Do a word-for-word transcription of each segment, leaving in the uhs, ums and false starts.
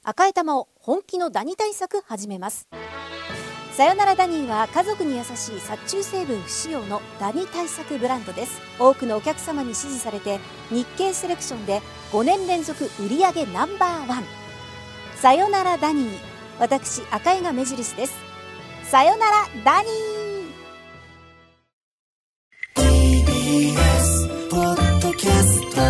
赤い玉を本気のダニ対策始めます。さよならダニーは家族に優しい殺虫成分不使用のダニ対策ブランドです。多くのお客様に支持されて日経セレクションでごねん連続売上ナンバーワン。さよならダニー、私赤井が目印です。さよならダニー。 ティービーエス ポッドキャスト。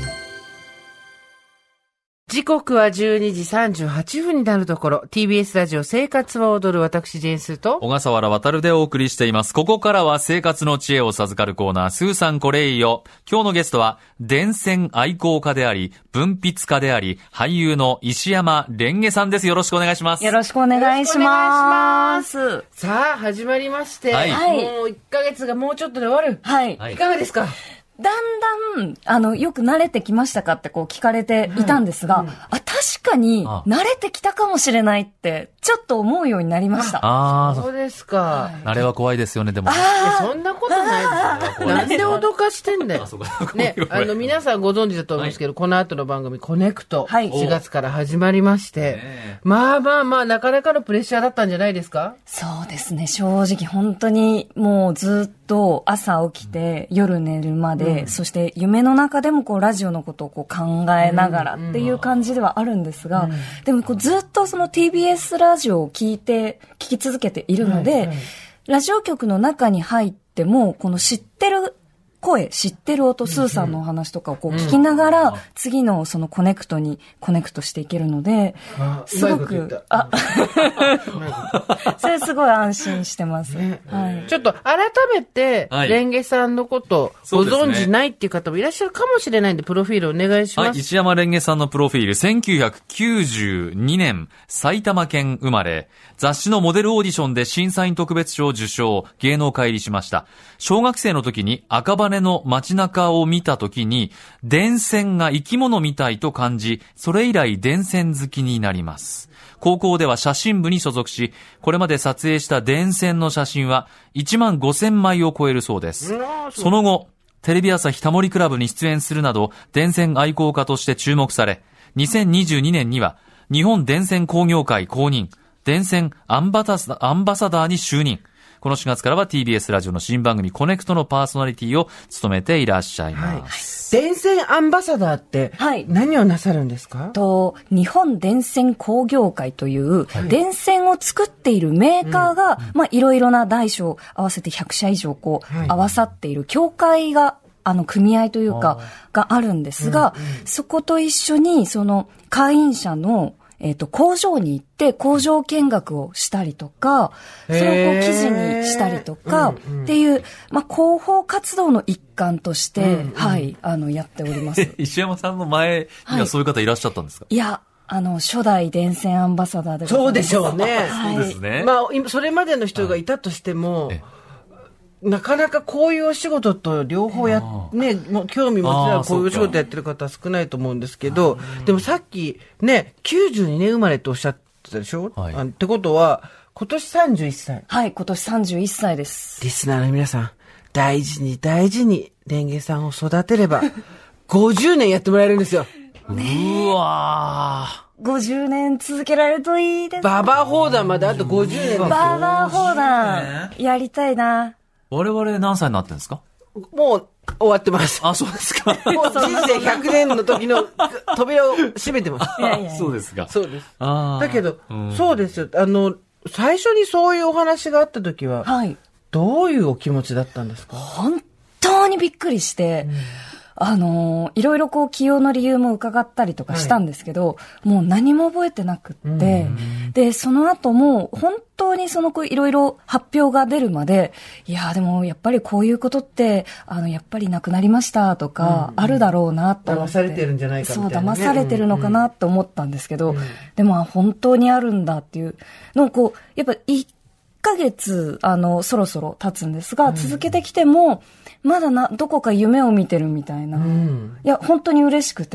時刻はじゅうにじさんじゅうはちふんになるところ、 ティービーエス ラジオ生活は踊る、私ジェーンスーと小笠原渉でお送りしています。ここからは生活の知恵を授かるコーナー、スーさんこれいよ。今日のゲストは電線愛好家であり文筆家であり俳優の石山レンゲさんです。よろしくお願いします。 よろしくお願いします。 さあ始まりまして、 はい、 もういっかげつがもうちょっとで終わる。 はい、 いかがですか？ だんだん、あの、よく慣れてきましたかってこう聞かれていたんですが、うんうん、あ、確かに慣れてきたかもしれないって、ちょっと思うようになりました。 ああ、そうですか。 はい、慣れは怖いですよね、でも。 そんなことないですよ。なんで脅かしてんだよ。ね、あの、皆さんご存知だと思うんですけど、はい、この後の番組、コネクト、はい、しがつから始まりまして、まあまあまあ、なかなかのプレッシャーだったんじゃないですか？ そうですね、正直本当にもうずっと朝起きて、うん、夜寝るまで、うん、そして夢の中でもこうラジオのことをこう考えながらっていう感じではあるんですが、うんうん、でもこうずっとその ティービーエス ラジオを聞いて聞き続けているので、はいはい、ラジオ局の中に入ってもこの知ってる声、知ってる音、スーさんのお話とかをこう聞きながら、うん、次のそのコネクトにコネクトしていけるので、すごく、あ、それすごい安心してます。ね、はい、 ちょっと改めて、はい、レンゲさんのことご存知ないっていう方もいらっしゃるかもしれないんで、プロフィールお願いします。 はい、石山レンゲさんのプロフィール、せんきゅうひゃくきゅうじゅうにねん、埼玉県生まれ、雑誌のモデルオーディションで審査員特別賞を受賞、芸能界入りしました。小学生の時に赤羽の街中を見た時に電線が生き物みたいと感じ、それ以来電線好きになります。高校では写真部に所属し、これまで撮影した電線の写真はいちまんごせんまいを超えるそうです。その後テレビ朝日タモリクラブに出演するなど電線愛好家として注目され、にせんにじゅうにねんには日本電線工業会公認電線アンバタスアンバサダーに就任。このしがつからは ティービーエス ラジオの新番組コネクトのパーソナリティを務めていらっしゃいます。 はい、電線アンバサダーって何をなさるんですか？ はい、と日本電線工業会という電線を作っているメーカーが、はい、まあいろいろな大小合わせてひゃくしゃ以上こう、はい、合わさっている協会があの組合というかがあるんですが、うんうん、そこと一緒にその会員者のえっと、工場に行って工場見学をしたりとか、それをこう記事にしたりとかっていう、まあ、広報活動の一環として、うんうん、はい、あの、やっております。 石山さんの前にはそういう方いらっしゃったんですか？ はい、いや、あの、初代電線アンバサダーでございます。 そうでしょうね。 はい、 そうですね。 まあ、それまでの人がいたとしても、なかなかこういうお仕事と両方やね、もう興味持ちながらこういうお仕事やってる方は少ないと思うんですけど、でもさっきね、きゅうじゅうにねん生まれっておっしゃってたでしょ？はい、あってことは、今年さんじゅういっさい。 はい、今年さんじゅういっさいです。 リスナーの皆さん、大事に大事にレンゲさんを育てれば、ごじゅうねんやってもらえるんですよ。 ね、 うわー。ごじゅうねん続けられるといいです。 ババア砲弾まであとごじゅうねん。 ババア砲弾、やりたいな。 我々何歳になってるんですか？ もう終わってます。 あ、そうですか。 もう人生ひゃくねんの時の扉を閉めてます。 いやいやいや、 そうですか。 そうです。あ、だけど、うん、そうですよ。あの、最初にそういうお話があった時は、はい、どういうお気持ちだったんですか？ 本当にびっくりして、うん、あのいろいろこう起用の理由も伺ったりとかしたんですけど、はい、もう何も覚えてなくって、うん、でその後も本当にそのいろいろ発表が出るまで、いやでもやっぱりこういうことってあのやっぱりなくなりましたとか、うん、あるだろうなと思って、 騙されてるんじゃないかみたいな、ね、 そう騙されてるのかなと思ったんですけど、うん、でも本当にあるんだっていうのをこうやっぱいっかげつあのそろそろ経つんですが、うん、続けてきてもまだなどこか夢を見てるみたいな、うん、いや本当に嬉しくて、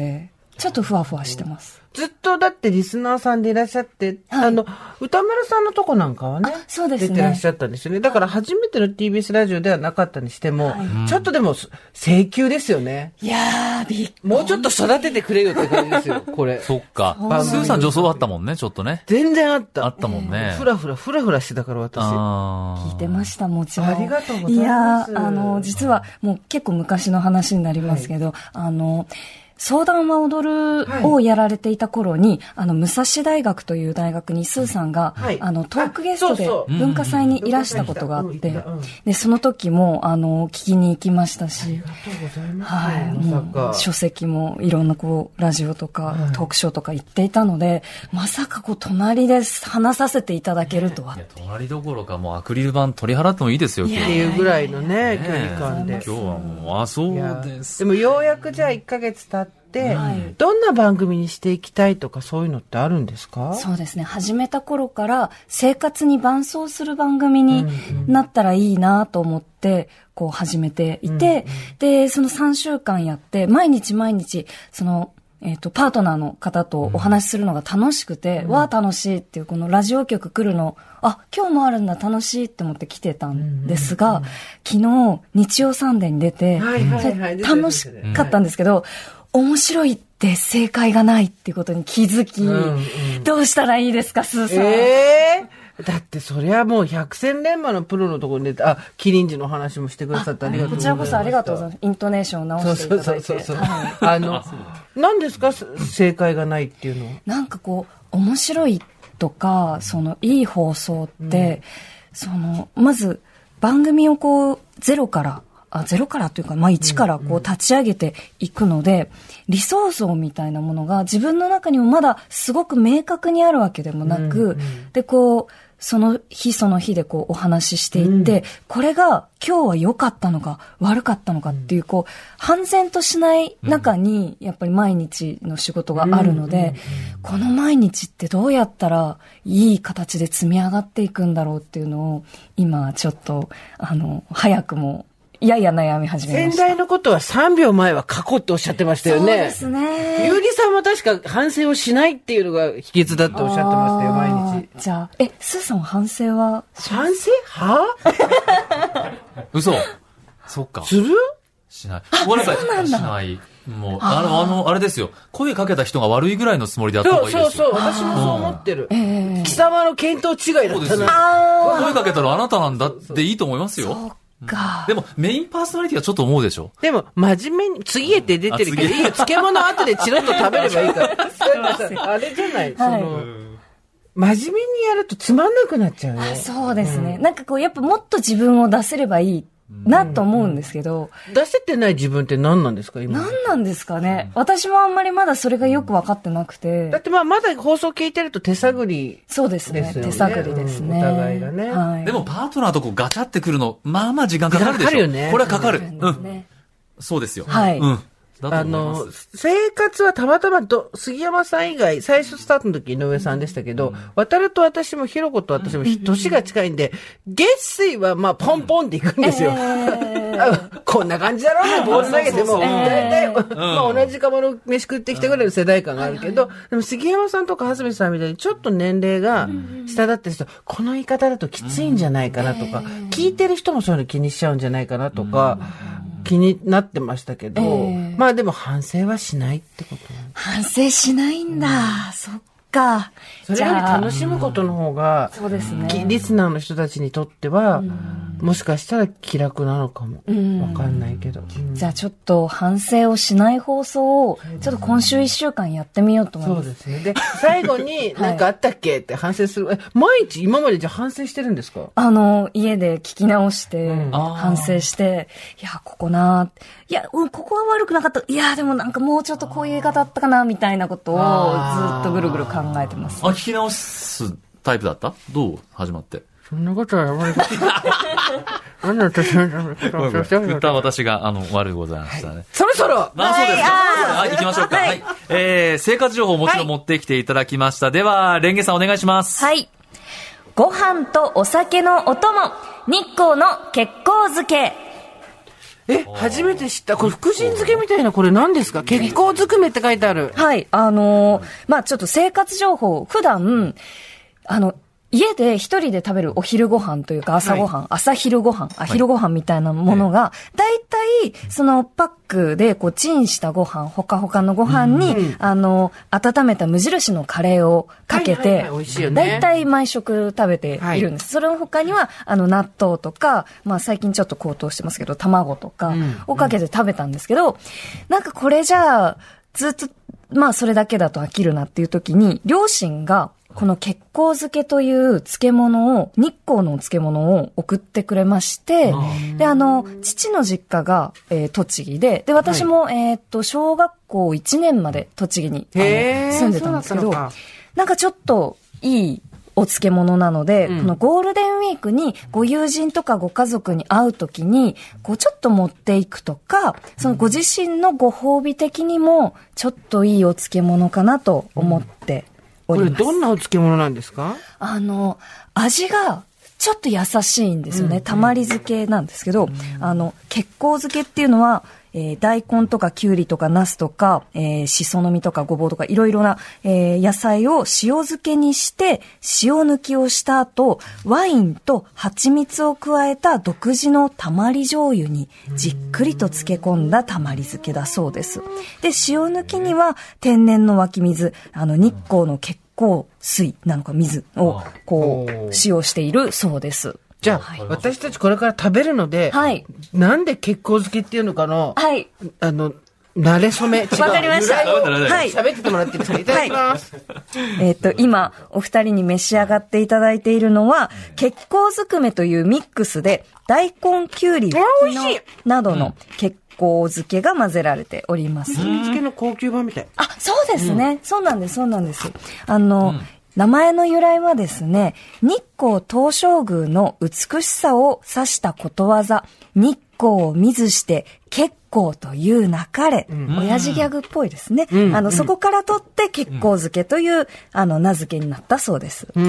ちょっとふわふわしてます。 ずっとだってリスナーさんでいらっしゃって、はい、あの、歌丸さんのとこなんかはね、 そうですね、 出てらっしゃったんですよね。だから初めての ティービーエス ラジオではなかったにしても、はい、ちょっとでも請求ですよね。 いやー、びっくり。 もうちょっと育ててくれよって感じですよ、これ。 そっか。スーさん女装あったもんね、ちょっとね。 全然あった。 あったもんね。 ふらふら、ふらふらしてたから私。 聞いてました、もちろん。 ありがとうございます。 いやー、あの、実はもう結構昔の話になりますけど、はい、あの、相談は踊るをやられていた頃に、はい、あの、武蔵大学という大学にスーさんが、はい、あの、トークゲストで文化祭にいらしたことがあって、で、その時も、あの、聞きに行きましたし、ありがとうございます。 はい、もう、書籍もいろんなこう、ラジオとか、はい、トークショーとか行っていたので、まさかこう、隣で話させていただけるとは。いや、 隣どころかもうアクリル板取り払ってもいいですよ、 っていうぐらいのね、距離感で。 今日はもう、あ、そうです。 でもようやくじゃあいっかげつ経って、で、はい、どんな番組にしていきたいとかそういうのってあるんですか？ そうですね。始めた頃から生活に伴走する番組になったらいいなと思って、こう始めていて、うんうん、で、そのさんしゅうかんやって、毎日毎日、その、えっと、パートナーの方とお話しするのが楽しくて、うん、わあ楽しいっていうこのラジオ局来るの、あ、今日もあるんだ楽しいって思って来てたんですが、うんうんうん、昨日日曜サンデーに出て、はいはいはい、楽しかったんですけど、面白いって正解がないっていうことに気づき、うんうん、どうしたらいいですか、スーさん。 えー、だってそりゃもう百戦錬磨のプロのところに出て、あ、キリンジの話もしてくださってありがとうございます。 こちらこそありがとうございます。イントネーションを直していただいて。そうそうそうそう。はい、 あの、何ですか、正解がないっていうのは。 なんかこう、面白いとか、その、いい放送って、うん、その、まず、番組をこう、ゼロから、あ、ゼロからというか、まあ一からこう立ち上げていくので、うんうん、理想像みたいなものが自分の中にもまだすごく明確にあるわけでもなく、うんうん、で、こう、その日その日でこうお話ししていって、うん、これが今日は良かったのか悪かったのかっていう、こう、判然としない中に、やっぱり毎日の仕事があるので、この毎日ってどうやったらいい形で積み上がっていくんだろうっていうのを、今ちょっと、あの、早くも、いやいや悩み始めました。 先代のことはさんびょうまえは過去っておっしゃってましたよね。そうですね。 ゆうりさんも確か反省をしないっていうのが秘訣だっておっしゃってましたよ、毎日。 じゃあ、え、スーさんは反省は反省は嘘。そっか。 するしない。ごめんなさい。しない。もう、あの、あの、あれですよ。声かけた人が悪いぐらいのつもりでやった方がいいですよ。 そうそうそう。私もそう思ってる。えー、貴様の見当違いだったな。声かけたらあなたなんだっていいと思いますよ。 かでも、メインパーソナリティはちょっと思うでしょ。 でも、真面目に、次へって出てるけど、いいよ、漬物後でチロッと食べればいいから。あれじゃない、はい、その、真面目にやるとつまんなくなっちゃうね。 そうですね、うん。なんかこう、やっぱもっと自分を出せればいい。なと思うんですけど、 うんうん、出せてない自分って何なんですか今。 何なんですかね、うん、私もあんまりまだそれがよく分かってなくて。 だってまあまだ放送聞いてると手探り、 そうですね。手探りですね。 うん、お互いがね、 はい。でもパートナーとこうガチャってくるの、まあまあ時間かかるでしょ。かかるよね。これはかかる。うん。そうですよ。 はい。 うん。 あの、生活はたまたまと、杉山さん以外、最初スタートの時井上さんでしたけど、うん、渡ると私も、ひろこと私も、年が近いんで、月水はまあ、ポンポンっていくんですよ。えー、こんな感じだろうね、ボール投げても。大体、まあ、同じ釜の飯食ってきたぐらいの世代感があるけど、でも杉山さんとか蓮見さんみたいに、ちょっと年齢が下だった人、この言い方だときついんじゃないかなとか、聞いてる人もそういうの気にしちゃうんじゃないかなとか、気になってましたけど、えー、まあでも反省はしないってこと。 反省しないんだ、うん、そっか。 それより楽しむことの方が、 そうですね。 リスナーの人たちにとっては、うん、もしかしたら気楽なのかも。うん、わかんないけど、 うん。じゃあちょっと反省をしない放送を、ちょっと今週一週間やってみようと思います。 そうですね。で、最後に何かあったっけって反省する。はい、毎日今までじゃあ反省してるんですか？ あの、家で聞き直して、うん、反省して、いや、ここな、いや、うん、ここは悪くなかった。いや、でもなんかもうちょっとこういう言い方あったかな、みたいなことをずっとぐるぐる考えてます。 あ、聞き直すタイプだった？どう始まって。 そんなことはやばい。なんだ私振った私が、あの、悪いございましたね。はい、 そろそろあ、そうですか。はい、行きましょうか。はい。はい、えー、生活情報をもちろん持ってきていただきました。はい、では、レンゲさんお願いします。 はい。ご飯とお酒のお供、日光の結構漬け。 え、初めて知った。これ、福神漬けみたいな、これ何ですか？血行ずくめって書いてある。 はい。あのー、まあちょっと生活情報、普段、あの、家で一人で食べるお昼ご飯というか朝ご飯、はい、朝昼ご飯、あ、昼ご飯みたいなものが、だいたいそのパックでこうチンしたご飯、ほかほかのご飯に、うん、あの、温めた無印のカレーをかけて、だいたい毎食食べているんです。はい、それの他には、あの、納豆とか、まあ最近ちょっと高騰してますけど、卵とかをかけて食べたんですけど、うんうん、なんかこれじゃあ、ずっと、まあそれだけだと飽きるなっていう時に、両親が、この血行漬けという漬物を、日光の漬物を送ってくれまして、で、あの、父の実家が、えー、栃木で、で、私も、はい、えっと、小学校いちねんまで栃木に住んでたんですけど、な, なんかちょっといいお漬物なので、うん、このゴールデンウィークにご友人とかご家族に会うときに、こうちょっと持っていくとか、そのご自身のご褒美的にも、ちょっといいお漬物かなと思って、うんこれどんなお漬物なんですか？ あの、味がちょっと優しいんですよね。うん、たまり漬けなんですけど、うん、あの、血行漬けっていうのは、えー、大根とかきゅうりとかナスとか、えー、しその実とかごぼうとかいろいろな、えー、野菜を塩漬けにして塩抜きをした後、ワインと蜂蜜を加えた独自のたまり醤油にじっくりと漬け込んだたまり漬けだそうです。で、塩抜きには天然の湧き水、あの日光の血行水なのか水をこう使用しているそうです。 じゃあ、はい、私たちこれから食べるので、はい、なんで血行漬けっていうのかの、はい、あの、慣れ初め、違う。 わかりました。 はい。喋っててもらっていいですか？いただきます。はい、 えっと、今、お二人に召し上がっていただいているのは、血行ずくめというミックスで、大根、きゅうり、などの血行漬けが混ぜられております。 漬けの高級版みたい。 あ、そうですね。うん、そうなんです、そうなんです。あの、うん名前の由来はですね、日光東照宮の美しさを指したことわざ、日光を見ずして血行というなかれ、うん、親父ギャグっぽいですね。うん、あの、うん、そこから取って血行漬けという、うん、あの、名付けになったそうです。 はい。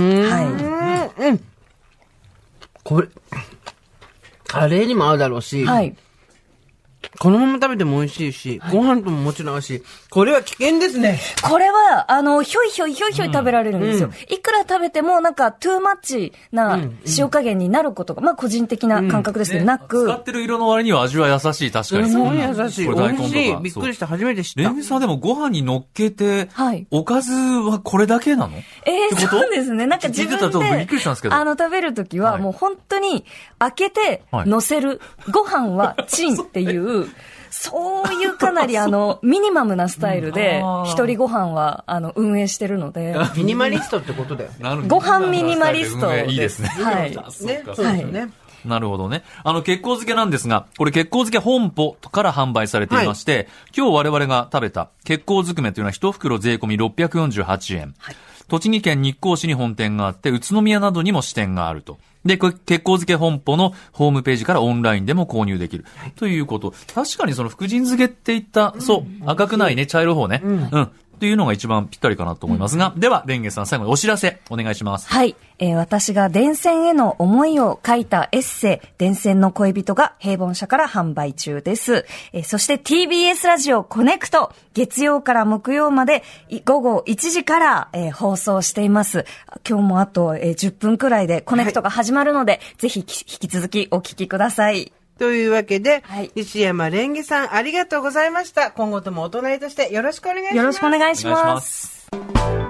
うん。これ、カレーにも合うだろうし、はい。このまま食べても美味しいし、はい、ご飯とももちろん合うし、これは危険ですね。 これは、あの、ひょいひょいひょいひょい食べられるんですよ。うん、いくら食べても、なんか、トゥーマッチな塩加減になることが、まあ、個人的な感覚ですけど、うん、なく、 ね。使ってる色の割には味は優しい、確かに。 すごい優しい。美味しい。びっくりした、初めて知った。 レミさんでもご飯に乗っけて、はい、おかずはこれだけなの？ えー、そうですね。なんか自分で、 びっくりしたんですけど。 あの、食べるときは、もう本当に、開けて、乗せる。はい、ご飯はチンっていう、そういうかなりあの、ミニマムなスタイルで、一人ご飯は、あの、運営してるので。 ミニマリストってことだよ。 ご飯ミニマリスト。 いいですね。 はい。ね、 そうですよね。 なるほどね。あの、血行漬けなんですが、これ血行漬け本舗から販売されていまして、はい、今日我々が食べた血行ずくめというのは一袋税込みろっぴゃくよんじゅうはちえん。はい、栃木県日光市に本店があって、宇都宮などにも支店があると。で、これ、血行漬け本舗のホームページからオンラインでも購入できる。はい、ということ。確かにその福神漬けっていった、うん、そう、赤くないね、茶色い方ね。うん。うん。というのが一番ぴったりかなと思いますが、うん、では、レンゲさん最後にお知らせお願いします。 はい。えー、私が電線への思いを書いたエッセイ、電線の恋人が平凡社から販売中です。えー、そして ティービーエス ラジオコネクト、月曜から木曜まで午後いちじから、えー、放送しています。今日もあと、えー、じゅっぷんくらいでコネクトが始まるので、はい、ぜひ引き続きお聞きください。 というわけで、はい、石山レンゲさんありがとうございました。今後ともお隣としてよろしくお願いします。 よろしくお願いします。